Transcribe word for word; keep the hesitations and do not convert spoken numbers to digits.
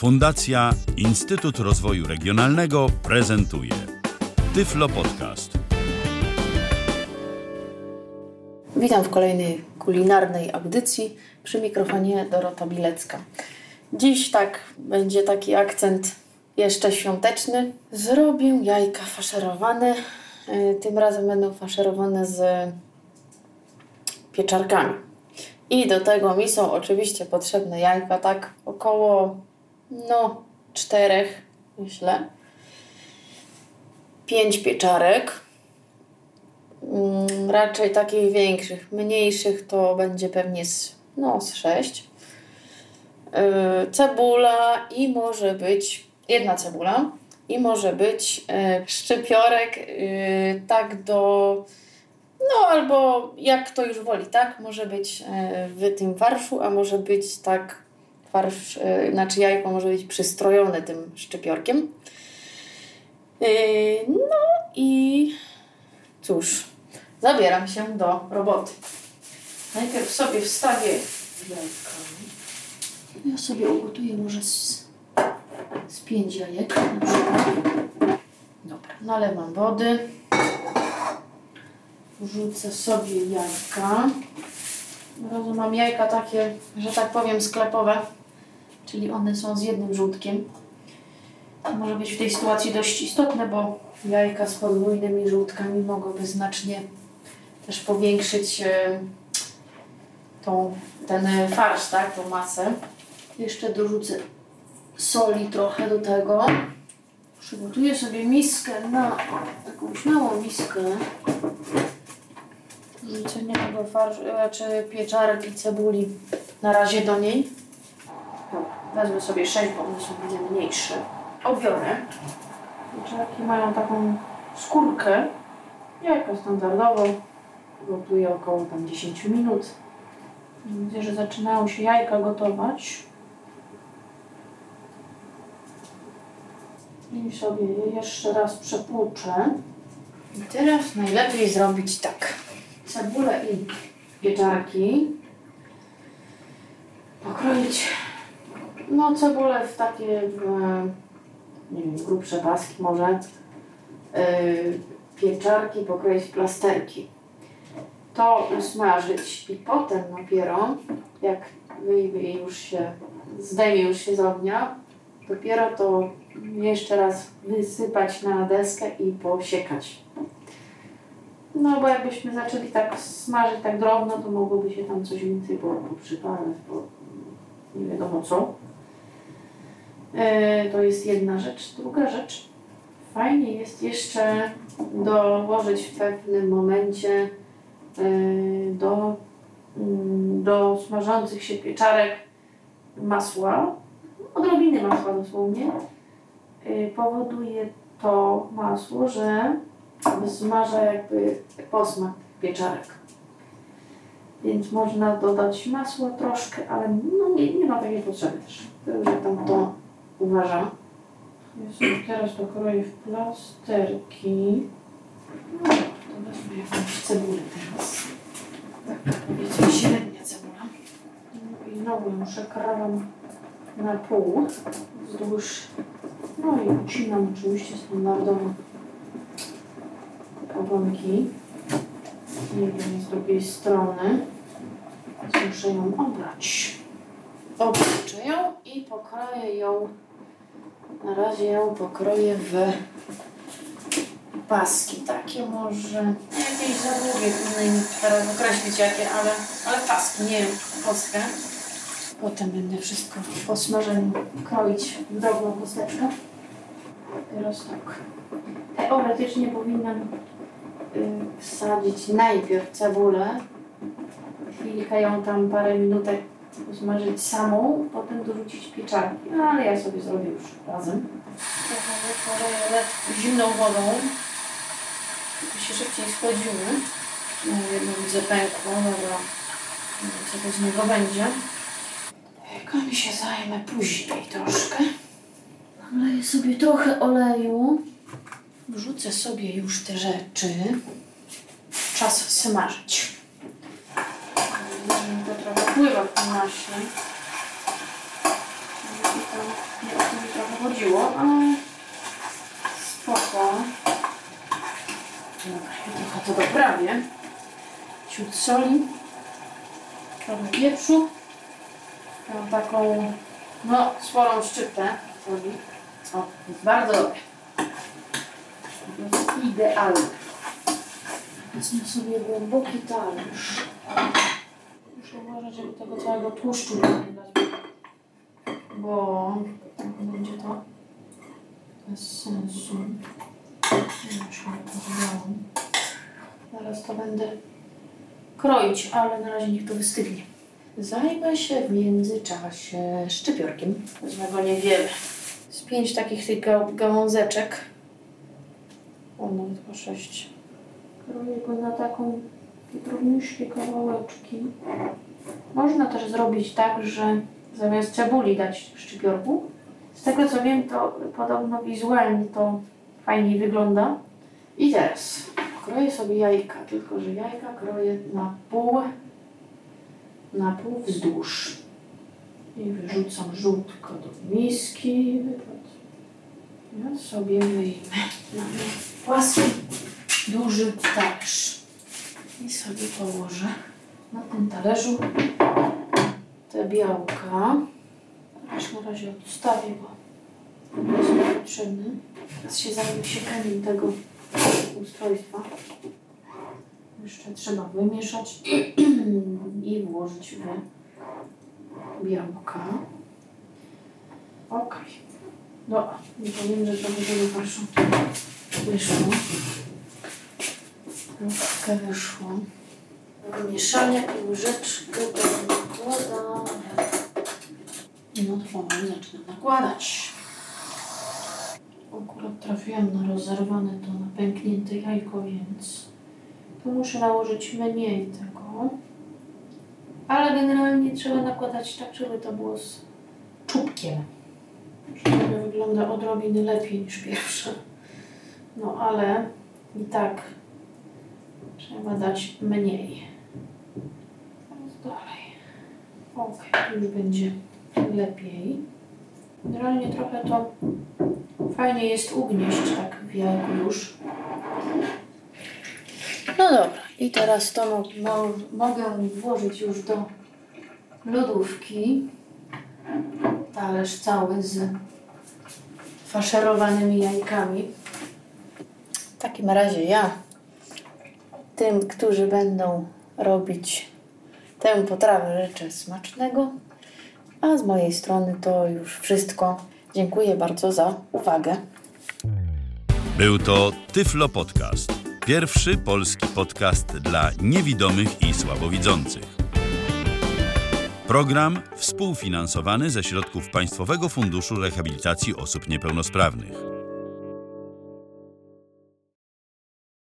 Fundacja Instytut Rozwoju Regionalnego prezentuje Tyflo Podcast. Witam w kolejnej kulinarnej audycji, przy mikrofonie Dorota Bilecka. Dziś tak będzie taki akcent jeszcze świąteczny. Zrobię jajka faszerowane. Tym razem będą faszerowane z pieczarkami. I do tego mi są oczywiście potrzebne jajka, tak około no czterech, myślę. Pięć pieczarek. Hmm, raczej takich większych, mniejszych to będzie pewnie z, no, z sześć. Yy, cebula i może być jedna cebula i może być yy, szczypiorek yy, tak do no albo jak kto już woli, tak? Może być yy, w tym farszu, a może być tak farsz, yy, znaczy jajko może być przystrojone tym szczypiorkiem. Yy, no i cóż, zabieram się do roboty. Najpierw sobie wstawię jajka. Ja sobie ugotuję może z, z pięć jajek na przykład. Dobra, nalewam wody. Wrzucę sobie jajka. Teraz mam jajka takie, że tak powiem, sklepowe, czyli one są z jednym żółtkiem. To może być w tej sytuacji dość istotne, bo jajka z podwójnymi żółtkami mogłyby znacznie też powiększyć e, tą, ten farsz, tak, tą masę. Jeszcze dorzucę soli trochę do tego. Przygotuję sobie miskę na taką śmiałą miskę. Wrzucenie tego farszu, czy pieczarek i cebuli na razie do niej. Wezmę sobie sześć, bo one są wiele mniejsze. Obiorę. Pieczarki mają taką skórkę. Jajka standardowo. Gotuję około tam dziesięć minut. Widzę, że zaczynają się jajka gotować. I sobie je jeszcze raz przepłuczę. I teraz najlepiej zrobić tak. Cebulę i pieczarki pokroić, no cebulę w takie w, nie wiem, grubsze paski może, yy, pieczarki pokroić w plasterki, to usmażyć i potem dopiero jak wyjdzie już się, zdejmie już się z ognia, dopiero to jeszcze raz wysypać na deskę i posiekać. No bo jakbyśmy zaczęli tak smażyć tak drobno, to mogłoby się tam coś więcej poprzypalać, bo nie wiadomo co. Yy, to jest jedna rzecz. Druga rzecz, fajnie jest jeszcze dołożyć w pewnym momencie yy, do, yy, do smażących się pieczarek masła, odrobiny masła dosłownie. Yy, powoduje to masło, że zmaża jakby posmak pieczarek. Więc można dodać masła troszkę, ale no nie, nie ma takiej potrzeby też. Że tam to uważam. Ja sobie teraz to kroję w plasterki. No to wezmę jakąś cebulę teraz. Tak, powiedzmy średnia cebula. No i znowu ją przekrawam na pół wzdłuż. No i ucinam oczywiście standardowo ogonki. Jednej z drugiej strony. Muszę ją obrać. Obraczę ją i pokroję ją. Na razie ją pokroję w paski. Takie może jakieś za długie, trudno mi teraz określić jakie, ale, ale paski, nie wiem, kostkę. Potem będę wszystko po smażeniu kroić w drobną kosteczkę. Teraz tak. Teoretycznie powinnam wsadzić najpierw cebulę, chwilkę ją tam parę minutek usmażyć samą, potem dorzucić pieczarki. No ale ja sobie zrobię już razem. Trochę zimną wodą, żeby się szybciej schłodziły. No jedno widzę pękło, dobra, co to z niego będzie. Jajkami się zajmę później troszkę. Naleję sobie trochę oleju. Wrzucę sobie już te rzeczy. Czas smażyć. To trochę pływa w tym maśle. I tam nie wychodziło, ale spoko. Dobra, ja trochę to doprawię. Ciut soli, trochę pieprzu. Mam taką, no, sporą szczyptę soli. O, jest bardzo dobre. To jest idealne. Wezmę sobie głęboki talerz. Muszę uważać, żeby tego całego tłuszczu nie dać, bo będzie to bez sensu. Już nie powiedziałam. Zaraz to będę kroić, ale na razie niech to wystygnie. Zajmę się w międzyczasie szczypiorkiem. Wezmę go niewiele. Z pięć takich tych ga- gałązeczek. O, nawet chyba sześć. Kroję go na taką drobniuśkie kawałeczki. Można też zrobić tak, że zamiast cebuli dać szczypiorku. Z tego co wiem, to podobno wizualnie to fajniej wygląda. I teraz kroję sobie jajka, tylko że jajka kroję na pół, na pół wzdłuż. I wyrzucam żółtko do miski. Ja sobie wyjmę na płaski, duży talerz. I sobie położę na tym talerzu te białka. Już na razie odstawię, bo nie jest potrzebny. Teraz się zajmę siekaniem tego ustrojstwa. Jeszcze trzeba wymieszać i włożyć w białka. Ok. No, nie powiem, że trochę tego farszu wyszło. Troszkę wyszło. Do mieszania i łyżeczkę to nakładam. No to powoli zacznę nakładać. Akurat trafiłam na rozerwane to na pęknięte jajko, więc tu muszę nałożyć mniej tego. Ale generalnie trzeba nakładać tak, żeby to było z czubkiem. Żeby wygląda odrobinę lepiej niż pierwsze. No ale i tak trzeba dać mniej. Teraz dalej. Ok, już będzie lepiej. Generalnie trochę to fajnie jest ugnieść tak w jajku już. No dobra, i teraz to mo- mo- mogę włożyć już do lodówki. Talerz cały z faszerowanymi jajkami. W takim razie ja tym, którzy będą robić tę potrawę, życzę smacznego. A z mojej strony to już wszystko. Dziękuję bardzo za uwagę. Był to Tyflo Podcast. Pierwszy polski podcast dla niewidomych i słabowidzących. Program współfinansowany ze środków Państwowego Funduszu Rehabilitacji Osób Niepełnosprawnych.